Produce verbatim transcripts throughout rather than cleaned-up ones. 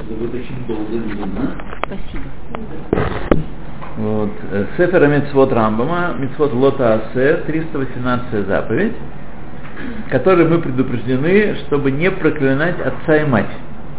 будет очень долго видно. Спасибо. Вот. Сефер Мицвот Рамбама, Мицвот Лота Асе, триста восемнадцатая заповедь, которой мы предупреждены, чтобы не проклинать отца и мать.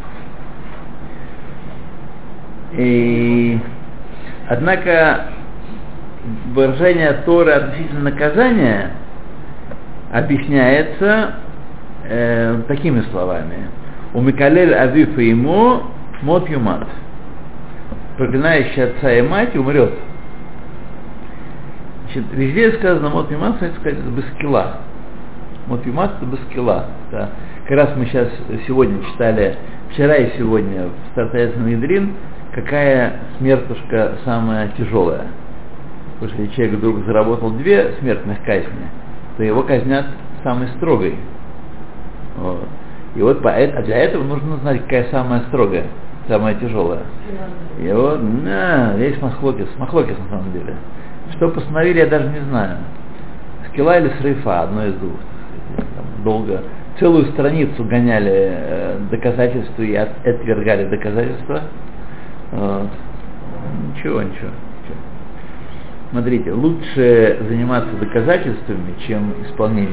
И, однако, выражение Торы относительно наказания объясняется э, такими словами. Умикалель авиф и ему мот юмат. Проклинающий отца и мать умрет. Значит, везде сказано мот юмат, кстати сказать, это баскила. Мот юмат это баскила. Да. Как раз мы сейчас сегодня читали, вчера и сегодня в Стартаец Санедрин, какая смертушка самая тяжелая. Потому что если человек вдруг заработал две смертных казни, то его казнят самой строгой. Вот. И вот по, а для этого нужно знать, какая самая строгая, самая тяжелая. И вот, на, есть махлокис, махлокис на самом деле. Что постановили, я даже не знаю. Скила или срыфа, одно из двух. Там долго, целую страницу гоняли э, доказательства и от, отвергали доказательства. Вот. Ничего, ничего. Смотрите, лучше заниматься доказательствами, чем исполнением.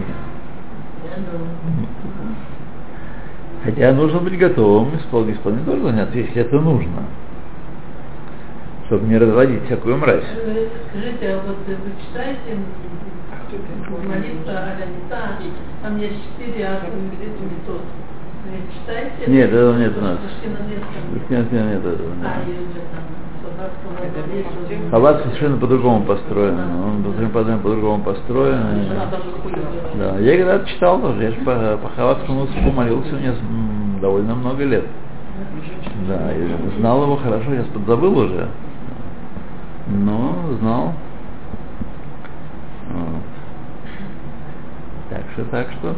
Хотя нужно быть готовым исполнить, исполнить тоже заняться, если это нужно, чтобы не разводить всякую мразь. Скажите, а вот вы читаете молитва Аганита, там есть четыре акта метод. Вы читаете? Нет, этого нет у нас. Нет, нет, нет этого. А, и уже там. Хаббат совершенно по-другому построен. Он по-другому, по-другому построен. Да, я когда-то читал тоже. Я же по, по хаббатскому носу молился мне довольно много лет. Да, я знал его хорошо, я подзабыл уже. Но знал. Вот. Так что, так что.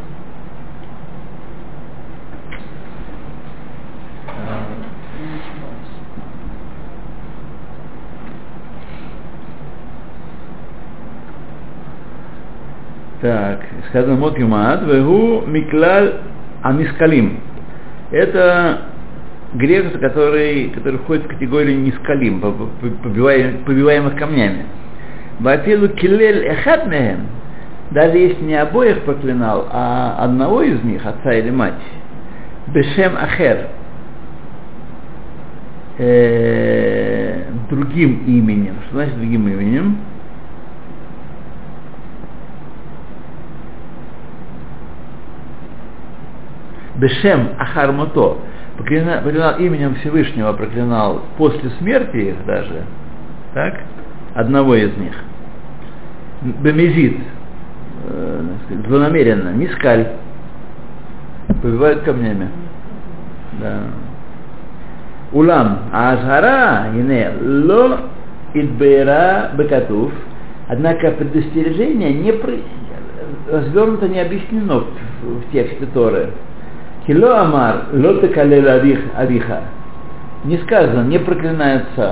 Так, сказано мот юмат, вегу миклаль анискалим. Это грех, который, который входит в категорию нискалим, побиваем, побиваемых камнями. Вафилу килель эхат мехем, даже если не обоих проклинал, а одного из них, отца или мать, бешем ахер, э, другим именем. Что значит другим именем? Бешем ахармото, проклинал, проклинал именем Всевышнего, проклинал после смерти их даже, так, одного из них. Бемезит, э, злонамеренно, мискаль, побивают камнями. Да. Улам, азгара, ине, ло идбейра бекатув, однако предостережение не развернуто, не объяснено в, в тексте Торы. Хило амар, ло текалел авиха. Не сказано, не проклинай отца.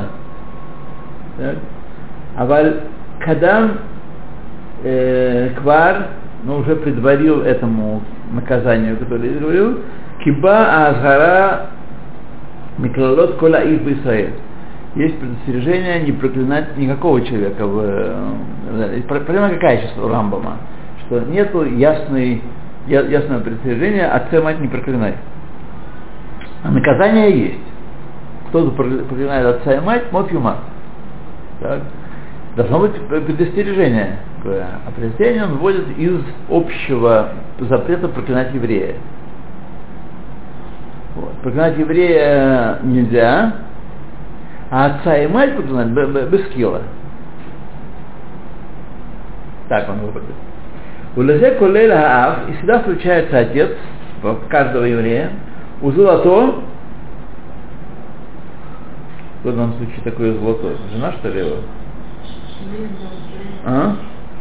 Аваль кадам э, квар, но уже предварил этому наказанию, которое я говорил, киба азгара миклалот кола их в Исраэль. Есть предостережение не проклинать никакого человека. В, проблема какая сейчас у Рамбама? Что нету ясной ясное предостережение, отца и мать не проклинай. А наказание есть. Кто-то проклинает отца и мать, мот юмат. Так. Должно быть предостережение. А предостережение он вводит из общего запрета проклинать еврея. Вот. Проклинать еврея нельзя, а отца и мать проклинать без скилла. Так он выводит. У лезе колель хаав, и всегда включается отец каждого еврея. У золото, кто в данном случае такое золото? Жена, что ли, его? А?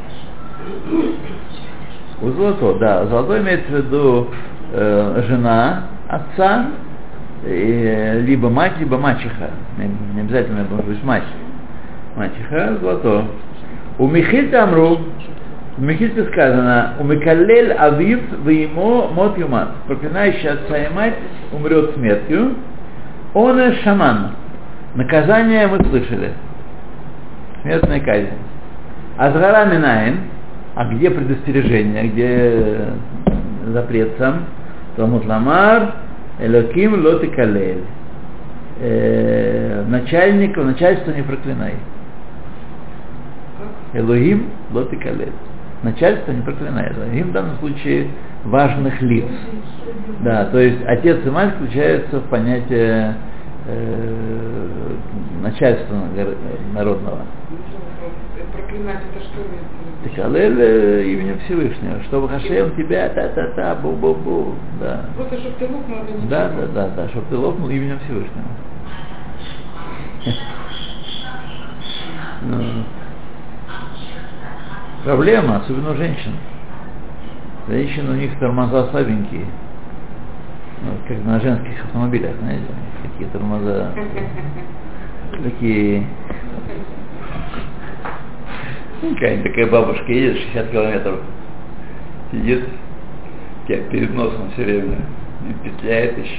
У золото, да. Золото имеется в виду э, жена отца, и, либо мать, либо мачеха. Не, не обязательно может быть мать. Мачеха, золото. У Михиль Тамру, в Мехильте сказано, умекалель авив вимо мот юмат, проклинающий отца и мать умрет смертью, Он и шаман. Наказание мы слышали. Смертная казнь. Азгара минаин, а где предостережение, где запрет сам? Талмуд ламар, элоким лоти калель. Начальник, начальство не проклинай. Элохим лоти калель. Начальство не проклинай. Элохим в данном случае важных лиц. Да, то есть отец и мать включаются в понятие э, начальства народного. Проклинать это что? Тикалель э, именем Всевышнего, чтобы Хашем тебя та-та-та, бу-бу-бу, да. Просто чтобы ты лопнул, это ничего. Да, да, да, да, чтобы ты лопнул именем Всевышнего. Ну, проблема, особенно у женщин. Женщины, у них тормоза слабенькие. Ну, как на женских автомобилях, знаете, какие тормоза такие. Ну, какая-нибудь такая бабушка едет шестьдесят километров, сидит, как перед носом все время, и петляет еще.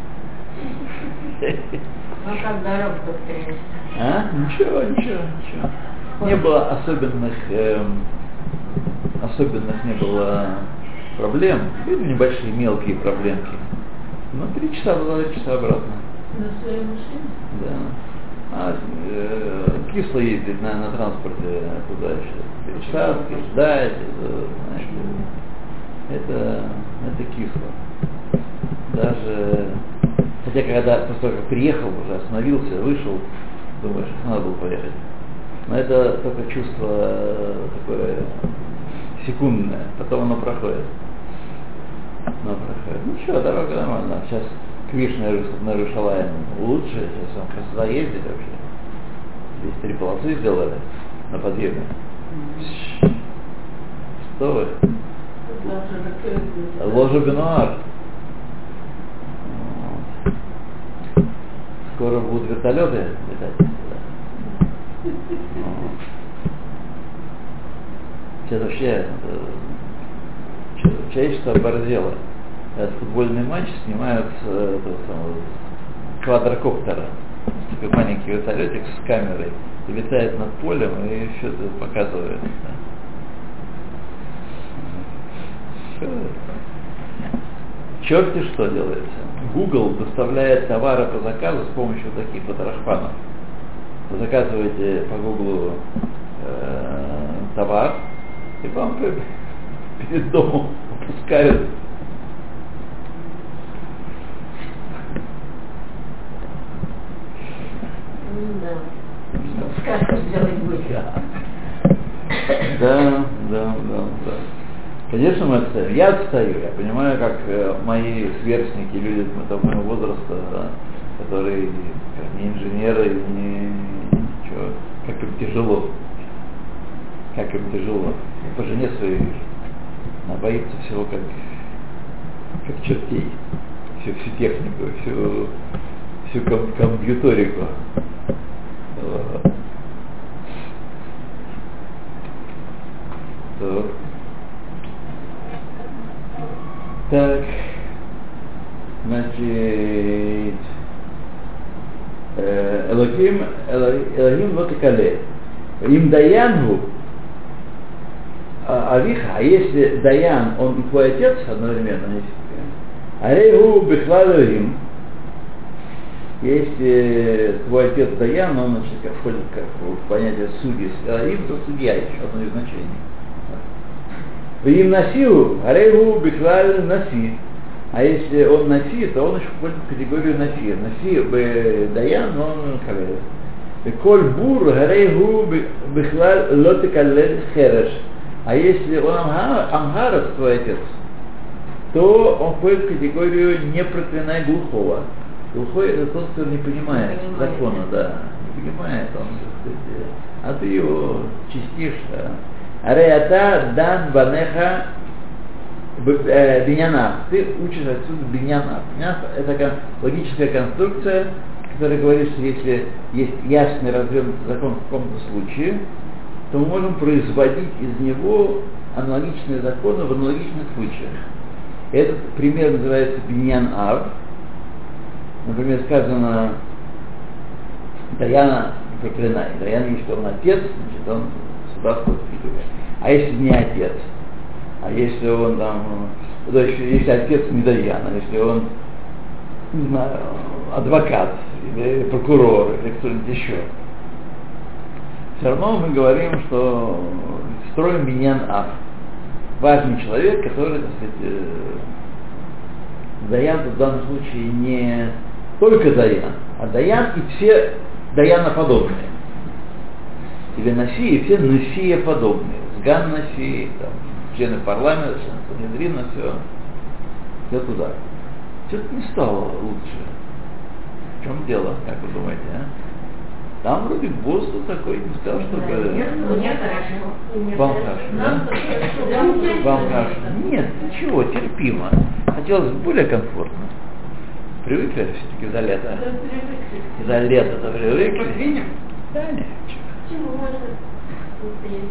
Ну как дорога быстрее. А? Ничего, ничего, ничего. Не было особенных, эм, особенных не было проблем. Были небольшие мелкие проблемки. Ну, три часа туда, три часа обратно. На своей машине? Да. А э, кисло ездить на, на транспорте туда еще. Пересадки, ждать, это, знаешь, это, это кисло. Даже, хотя когда после того, как приехал, уже остановился, вышел, думаешь, надо было поехать. Но это только чувство такое секундное, потом оно проходит. Оно проходит. Ну что, дорога нормально. Сейчас Квиш на Иерусалим лучше, сейчас он красота ездит вообще. Здесь три полосы сделали на подъеме. Что вы? Ложа Бенуар. Скоро будут вертолеты летать сюда. Сейчас вообще человечество оборзело. Этот футбольный матч снимают с, этого самого, с квадрокоптера. Такой маленький вертолетик с камерой. И летает над полем и все это показывает. Черти что делается. Google доставляет товары по заказу с помощью таких вот рахпанов. Вы заказываете по Google э, товар, и вам перед домом пускают. Сказку сделать будет. Да, да, да, да. Конечно, мы отстаем. Я отстаю. Я понимаю, как э, мои сверстники, люди того моего возраста, да, которые как, не инженеры, не ничего, как им тяжело. Как им тяжело. Я по жене своей вижу. Она боится всего как, как чертей. Всю, всю технику, всю, всю ком- компьютерику. Так. Так. Значит, Элоким, Элоким вот и кале. Им Даянву, Авиха, а если Даян, он и твой отец одновременно, Арейгу Бехладовим, если твой отец Даян, он значит, как входит как в понятие судьи, Элоким, то судья еще, одно из значений. Им Насиу, Арейгу Бехлад Наси. А если он Наси, то он еще входит в категорию Наси. Наси Даян, он калер. Коль бур гарейгу бихлал лотикалель хереш. А если он амгарец, твой отец, то он входит в категорию не проклинай глухого. Глухой это тот, кто не понимает не закона, да. Не понимает он, кстати. А ты его чистишь. Ареята дан банеха биньяна. Ты учишь отсюда биньяна. Это логическая конструкция, который говорит, что если есть ясный развернутый закон в каком-то случае, то мы можем производить из него аналогичные законы в аналогичных случаях. Этот пример называется биньян ав. Например, сказано Даяна проклинай. Даяна, если он отец, значит он сюда входит. А если не отец? А если он там, если отец не Даян, а если он, не знаю, адвокат, или прокурор, или кто-нибудь еще, все равно мы говорим, что строим биньян ав. Важный человек, который, так сказать, Даян в данном случае не только Даян, а Даян и все Даяна-подобные. Или Наси, и все Насия-подобные. Сган Наси, там, члены парламента, члены Санедрина, все, все туда. Что-то не стало лучше. В чем дело, как вы думаете, а? Там вроде босс такой, не сказал, что... Мне хорошо. Вам хорошо, да? Вам хорошо. Нет, ничего, терпимо. Хотелось более комфортно. Привыкли все-таки за лето? За лето-то привыкли? Подвинем? Да, нет. Почему можно быстрее?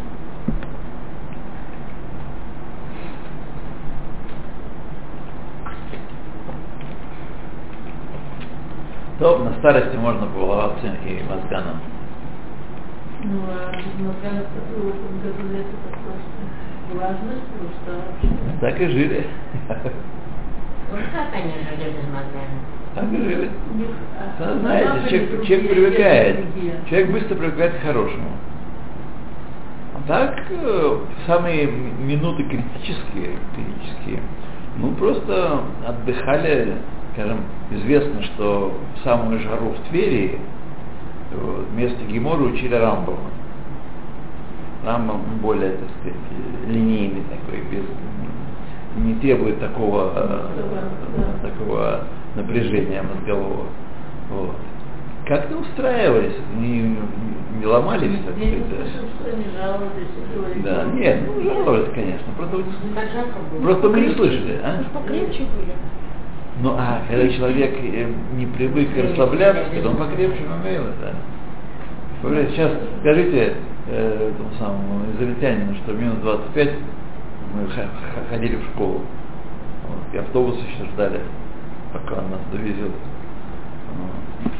То на старости можно побаловаться и мозганом. Ну, а без мозганов в этом году лето такое, что влажность, просто... Так и жили. Вот как они жили без мозгана? Так и жили. У них, а, Знаете, запахи человек, другие, человек привыкает. другие. Человек быстро привыкает к хорошему. А так, э, в самые минуты критические, критические, ну просто отдыхали, скажем, известно, что в самую жару в Твери вот, вместо Гемора учили Рамбама. Рамбам более, так сказать, линейный такой, без, не требует такого, э, такого напряжения мозгового. Вот. Как-то устраивались, не, не, не ломались, так Я не сказать. слышал, что они жаловались и говорили. Да, нет, ну жаловались, конечно, просто, Как жарко было. просто мы не слышали, а? Покрепче были. Ну а когда человек э, не привык расслабляться, то он покрепче умеет, да. Вы сейчас скажите э, этому самому израильтянину, что минус двадцать пять мы х- х- ходили в школу. Вот, и автобус еще ждали, пока он нас довезет. Вот.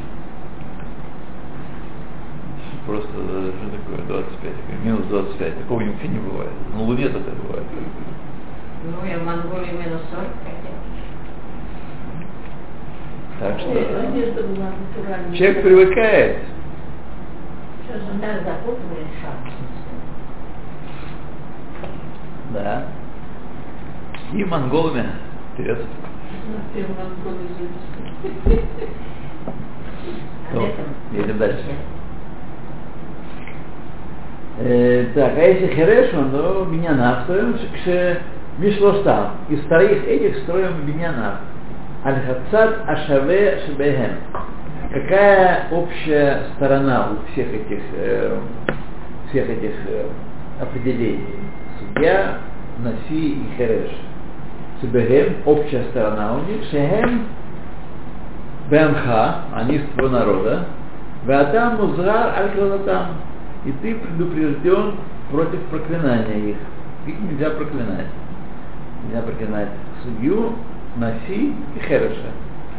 Просто э, что такое двадцать пять? Минус двадцать пять. Такого нигде не бывает. На Луне это бывает. Ну, я в Монголии минус сорок хотел. Так что Одежда была натуральная. человек привыкает. Сейчас же Так запутывали шапку. Да. И монголами вперед. на первом Монголии жили. Ну, едем дальше. Э, так, а если хереш, то биньянав строим к мишлоштам. Из троих этих строим биньянав. Аль-Хацад Ашаве Шебехем. Какая общая сторона у всех этих, э, всех этих э, определений? Судья, Наси и Хереш. Шебехем, общая сторона у них. Шехем Беамха, они из твоего народа. Веатам Музгар Аль-Калатам. И ты предупрежден против проклинания их. Их нельзя проклинать. Нельзя проклинать судью, Наси и Хереша.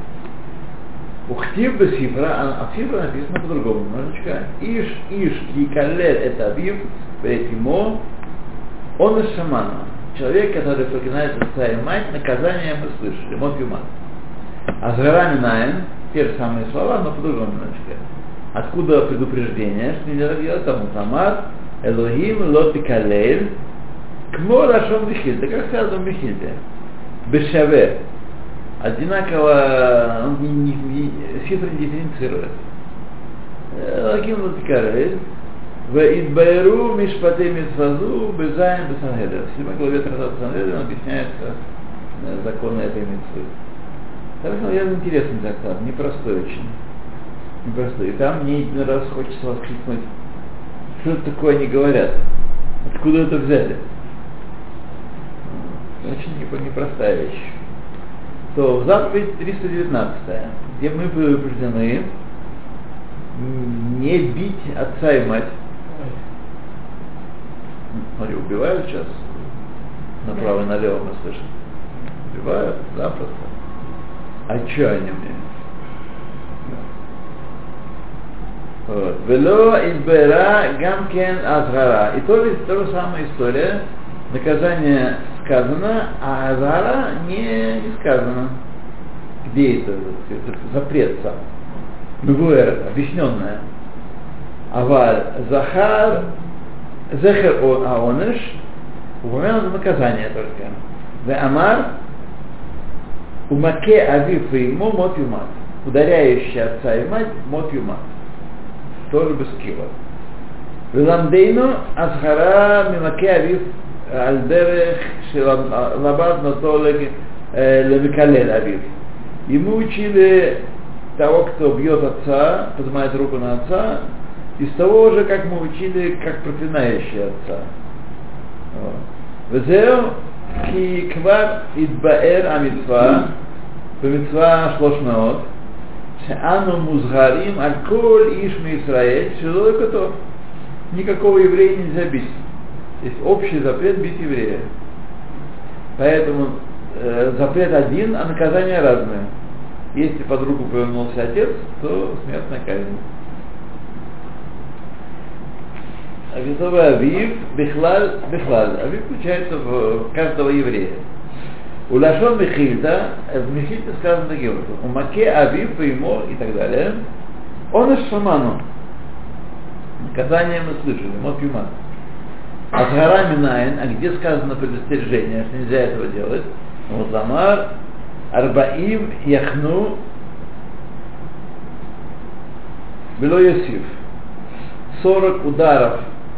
Ухтив бы сифра, а в сифра написано по-другому немножечко. Иш, иш, якалер это абив, бейтимо, он из шамана. Человек, который проклинает отца и мать, наказание мы слышали, мот и мат. А с горами наем, те же самые слова, но по-другому немножечко. Откуда предупреждение, что нельзя делать там утамат, Элохим лот икалель, кмо лашон бихильте, как сказано в Бихильте. Бешаве. Одинаково, он не, не, не, цифры не дифференцирует. Элохим лот икалель, веидбайру мишпатей митфазу безаем бесангедер. В седьмой главе трактата Сангедер объясняется законы этой митцвы. Так что я интересный трактат, непростой очень. Непростой. И там мне один раз хочется воскликнуть, что это такое они говорят, откуда это взяли. Очень непростая вещь. То заповедь триста девятнадцатая, где мы предупреждены не бить отца и мать. Смотри, убивают сейчас направо и налево, мы слышим. Убивают запросто. А что они мне? Вело избера гамкен азгара. И то ли та же самая история. Наказание сказано, а азгара не, не сказано. Где это? Запрет сам. Мгуэр, объясненное. Аваль захар зехер аонеш упомянуто наказание только. Ве амар умаке авив и ему мот юмат. Ударяющий отца и мать мот юмат. Тоже без кила. Виламдейну азхара мимаке авив альдерех шелабад натолег лемикалель авив. И мы учили того, кто бьет отца, поднимает руку на отца, из того же, как мы учили, как проклинающий отца. Везео ки квар идбаэр амитва, бамитва шлошмеот, шеану музгарим аль-коль ишми Исраэль, шелой котов. Никакого еврея нельзя бить. Есть общий запрет бить еврея. Поэтому э, запрет один, а наказание разное. Если под руку повернулся отец, то смертная казнь. Авитовый авив, бихлаль, бихлаль. Авив включается в каждого еврея. У лашон Михильда, в Михильде сказано таким образом. У маке авив, ему и так далее. Он из шаману. Наказание мы слышали, мот юмат. А с горами найн, а где сказано предостережение, что нельзя этого делать? Вот ламар, арбаим, яхну, бело Йосиф. сорок ударов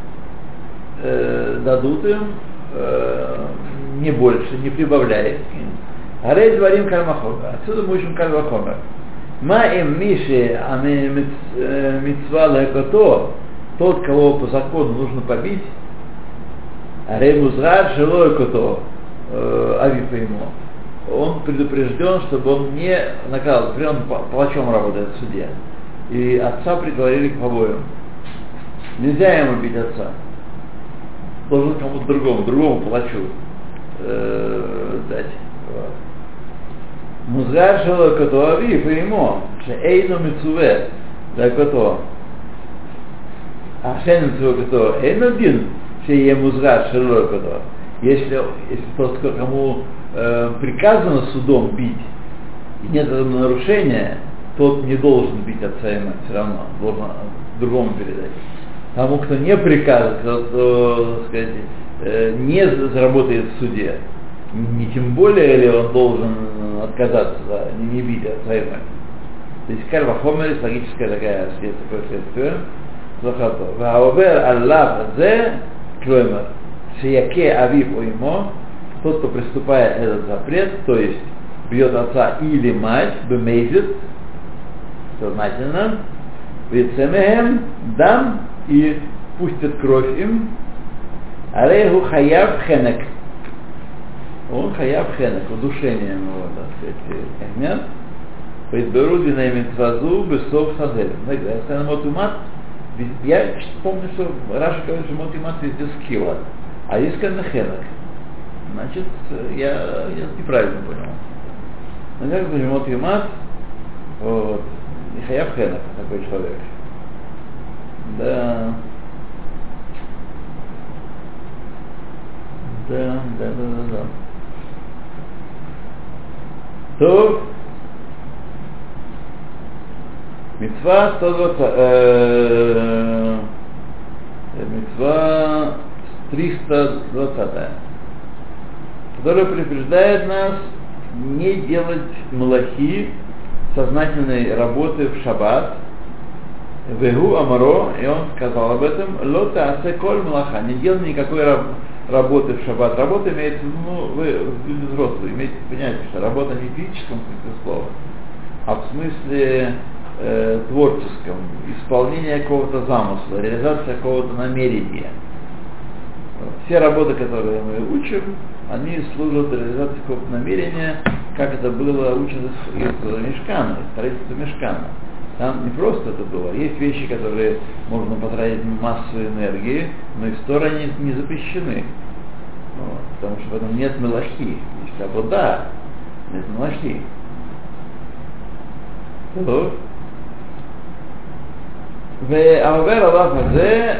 э, дадут им, э, не больше, не прибавляя. Арей дворим кальмахога. Отсюда мы учим кальмахога. Ма им миши, а не митцва лайкото, тот, кого по закону нужно побить, арей музгар шелой кото, авипа ему. Он предупрежден, чтобы он не наказал. Например, он палачом работает в суде. И отца приговорили к побоям. Нельзя ему бить отца. Должен кому-то другому, другому палачу э, дать. Музгар шелой кото авипа ему. Эйну мицуве да кото. А шен мицуве кото эйну дин. Шея музгар шелой кото. Если, если тот, кому э, приказано судом бить, и нет этого нарушения, тот не должен бить отца и мать, все равно, должен другому передать. Тому, кто не приказан, кто, кто так сказать, э, не заработает в суде, не тем более ли он должен отказаться, да, не, не бить отца и мать. То есть кальва хомерис, логическая такая следствие, такое следствие. Аллах зе клоймер. Шияке авив уймо, тот, кто приступает этот запрет, то есть бьет отца или мать, бемейзит, сознательно, вицемехем, дам, и пустит кровь им, арейгу хаяв хенек. Он хаяв хенек, удушением его, так сказать, хенят. Поизберу динамит вазу, бесов сазель. Я сказал, мотумат, я помню, что Раша говорит, что мотумат везде скилла. А есть сказано хенек. Значит, я, я неправильно понял. Но как бы мот юмат, вот, и хаяв хенек, такой человек. Да. Да, да, да, да, да. То мицва сто двадцать, э, мицва триста двадцатая, которая предупреждает нас не делать малахи, сознательной работы в шаббат. Вегу амаро, и он сказал об этом, лота асе коль малаха, не делай никакой раб, работы в шаббат. Работа имеется, ну, вы люди взрослые, имеете понятие, что работа не в физическом смысле слова, а в смысле э, творческом, исполнение какого-то замысла, реализация какого-то намерения. Все работы, которые мы учим, они служат реализации какого-то намерения, как это было учено из, из мешкана, из строительства мешкана. Там не просто это было. Есть вещи, которые можно потратить массу энергии, но и стороны не, не запрещены. Вот, потому что в этом нет мелахи. Есть абода, нет мелахи. То, והעובר עליו הזה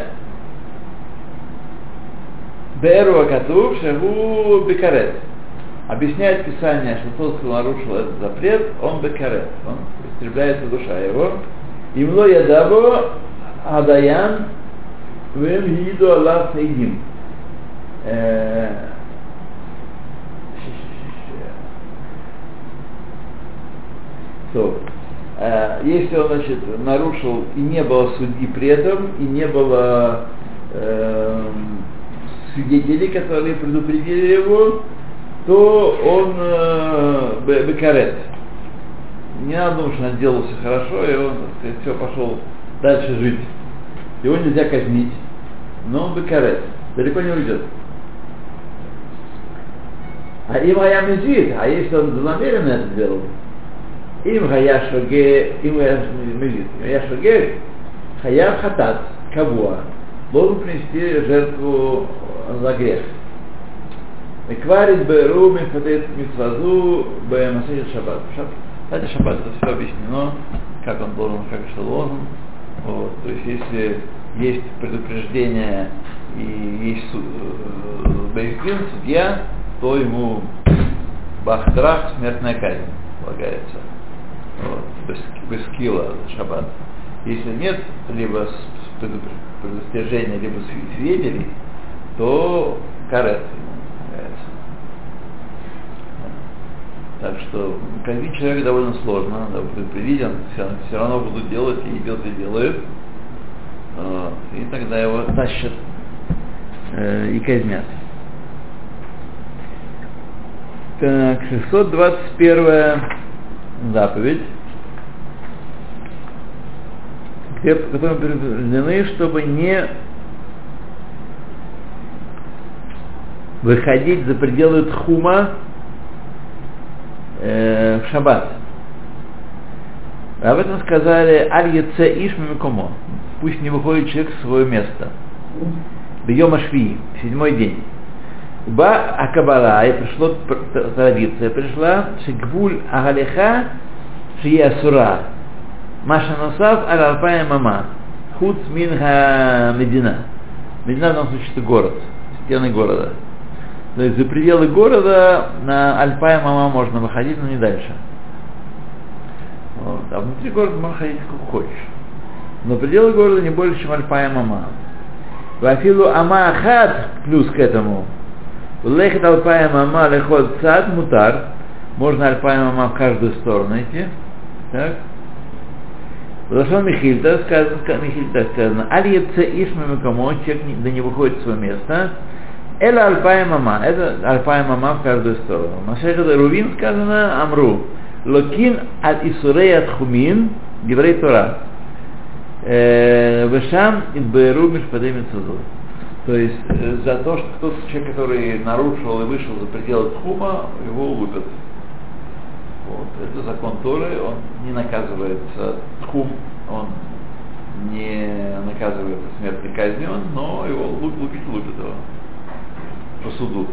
באירוע הכתוב שהוא בקרет. Объясняет Писание, что тот, кто нарушил этот запрет, он бекарет, он истребляется душа его. Имло ядабо адаян вем гиду аллах наидим. Если он, значит, нарушил и не было судьи при этом, и не было э, свидетелей, которые предупредили его, то он э, бекарет. Не надо думать, что он делал все хорошо, и он, так сказать, все, пошел дальше жить. Его нельзя казнить, но он бекарет, далеко не уйдет. А им гая мезит, а если он злонамеренно это делал, им гая шоге, им гая мезит, гая шоге, хаяв хатат, кавуа, должен принести жертву за грех. Экварит беру мифатет митвазу бэмасэйд шаббат. Кстати, шаббат это все объяснено, как он должен, как что должен. Вот. То есть, если есть предупреждение и есть бейздин, судья, то ему бахтрах, смертная казнь полагается. Вот. Без, без килла шаббат. Если нет либо предостережения, либо свидетелей, то карет. Так что казнить человека довольно сложно, надо предупредить, он все, все равно будут делать, и идет, и делает. Вот. И тогда его тащат э, и казнят. Так, шестьсот двадцать первая заповедь, где, которым предупреждены, чтобы не выходить за пределы тхума э, в шаббат. Об этом сказали аль яце иш мимикомо. Пусть не выходит человек в свое место. Бьем ашви, седьмой день. Ба акабала, и пришло традиция, пришла шигвуль агалиха шиясура. Маша носав аль алпая мама. Худ минха медина. Медина в данном случае это город, стены города. То есть за пределы города на Альпая Мама можно выходить, но не дальше. Вот. А внутри города можно ходить сколько хочешь. Но пределы города не больше, чем Альпая Мама. Вафилу Ама Ахад плюс к этому. Лехет Альпая Мама лехот сад мутар. Можно Альпая Мама в каждую сторону идти. Так. Зашел Михильта, сказано, Михильта сказано, Аль Яце Ишма Микамо, человек да не выходит в свое место. Это Альпая Мама, это Альпая Мама в каждую сторону. Машехат Рувин сказано Амру. Локин аль Исурей от Хумин, Геврей Тора. Вешам Идберу Мишпадей Мицузу. То есть за то, что тот человек, который нарушил и вышел за пределы Тхума, его лупят. Вот. Это закон Торы, он не наказывается Тхум, он не наказывается смертной казнью, но его лупить лупят его по суду.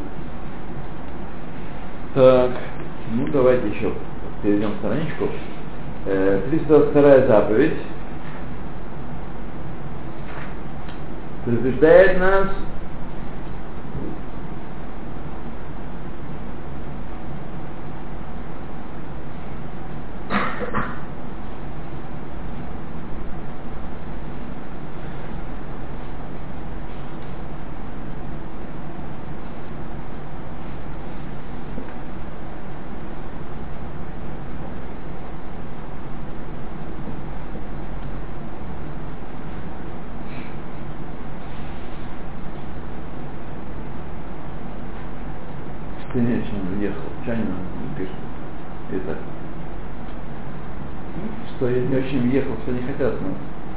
Так, ну давайте еще перейдем страничку. триста вторая заповедь предупреждает нас конечно, уехал. Чанин пишет. Это. Что я не очень въехал, что не хотят нас.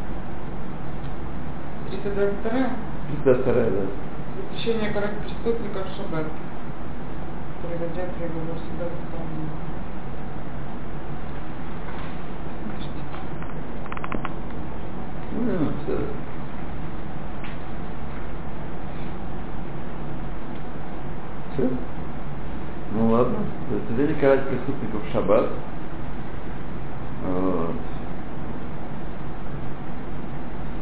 триста двадцать вторая? триста вторая, да. Запрещение карать преступников в шаббат. Приводя приговор суда в исполнение. Ну, все. Все? Ну ладно, то есть велели карать преступников в шаббат. Вот.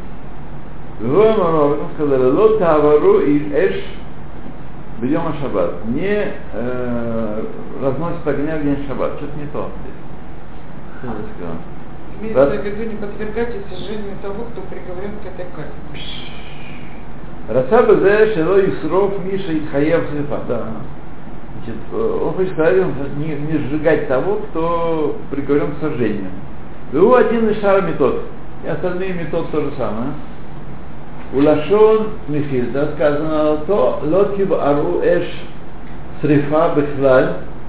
Гоморов сказали, лот тавару и эш бьем шаббат. Не э, разносит огня в день шаббат. Что-то не то здесь. Что я сказал? Имеется в виду не подвергайте сожжению того, кто приговорен к этой казни. Расаба зе шело юсров Миша и хаев слепа. Да. Значит, он хочет сказать, не, не сжигать того, кто приговорен к сожжению. Был один из шар метод. И остальные метод то же самое. Улашон мифильда сказано, то лотиб ару эш срифа бехлаль,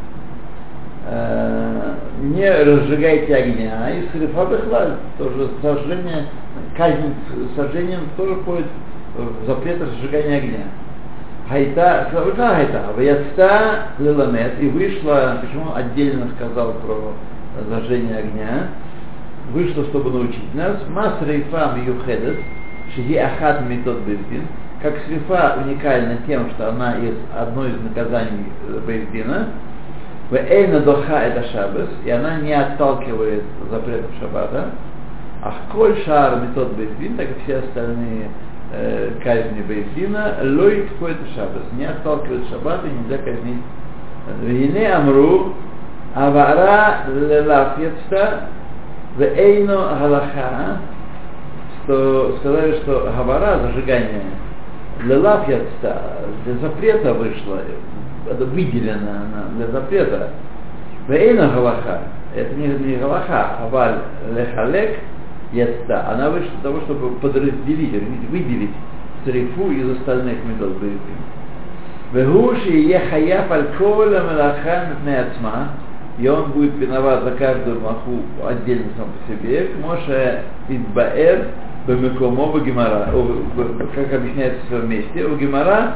не разжигайте огня, и срифа бехлаль, тоже сожжение, казнь сожжением тоже входит в запрет разжигания огня. Хайта, сказала хайта, ваяста леламет, и вышла, почему отдельно сказал про зажжение огня, вышла, чтобы научить нас, мас рейфа миюхедет, шиги ахат метод бейздин, как срифа уникальна тем, что она из одной из наказаний бейздина, в эйна доха это шаббас, и она не отталкивает запретов шаббата, ах коль шар метод бейздин, так и все остальные э, казни бейздина, лой входит в шаббас, не отталкивает шаббата, нельзя казнить. Вине амру, авара лелафьетста, в эйно галаха, что сказали, что гавара, зажигание, лелафьетста, для запрета вышло, это выделено она для запрета. Вейна галаха, это не, не галаха, а валь лехалек яцта, она вышла для того, чтобы подразделить, выделить срифу из остальных метод боевых. Вегуши ехаяф аль-коля мелаха митнеацма, и он будет виноват за каждую маху отдельно сам по себе. Моше идбаэр бемекомо бегемара, как объясняется в своем месте, у гемара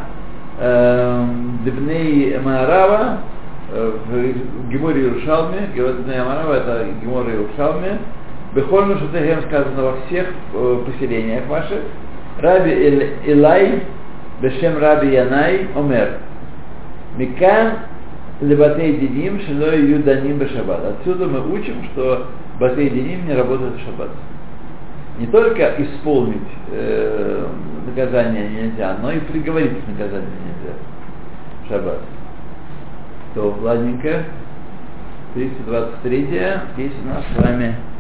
Дебней Маарава в Геморе Иерушалме, Дебней Маарава это Гемора Иерушалме, Бехольну Шатехем сказано во всех поселениях ваших, Раби Илай, Бешем Раби Янай, Омер, Микан Лебатей Диним, Шилой Юданим Бешаббат. Отсюда мы учим, что Батей Диним не работает в шаббат. Не только исполнить э, наказание нельзя, но и приговорить к наказанию нельзя в шаббат. То, ладненько, триста двадцать третья, здесь у нас с вами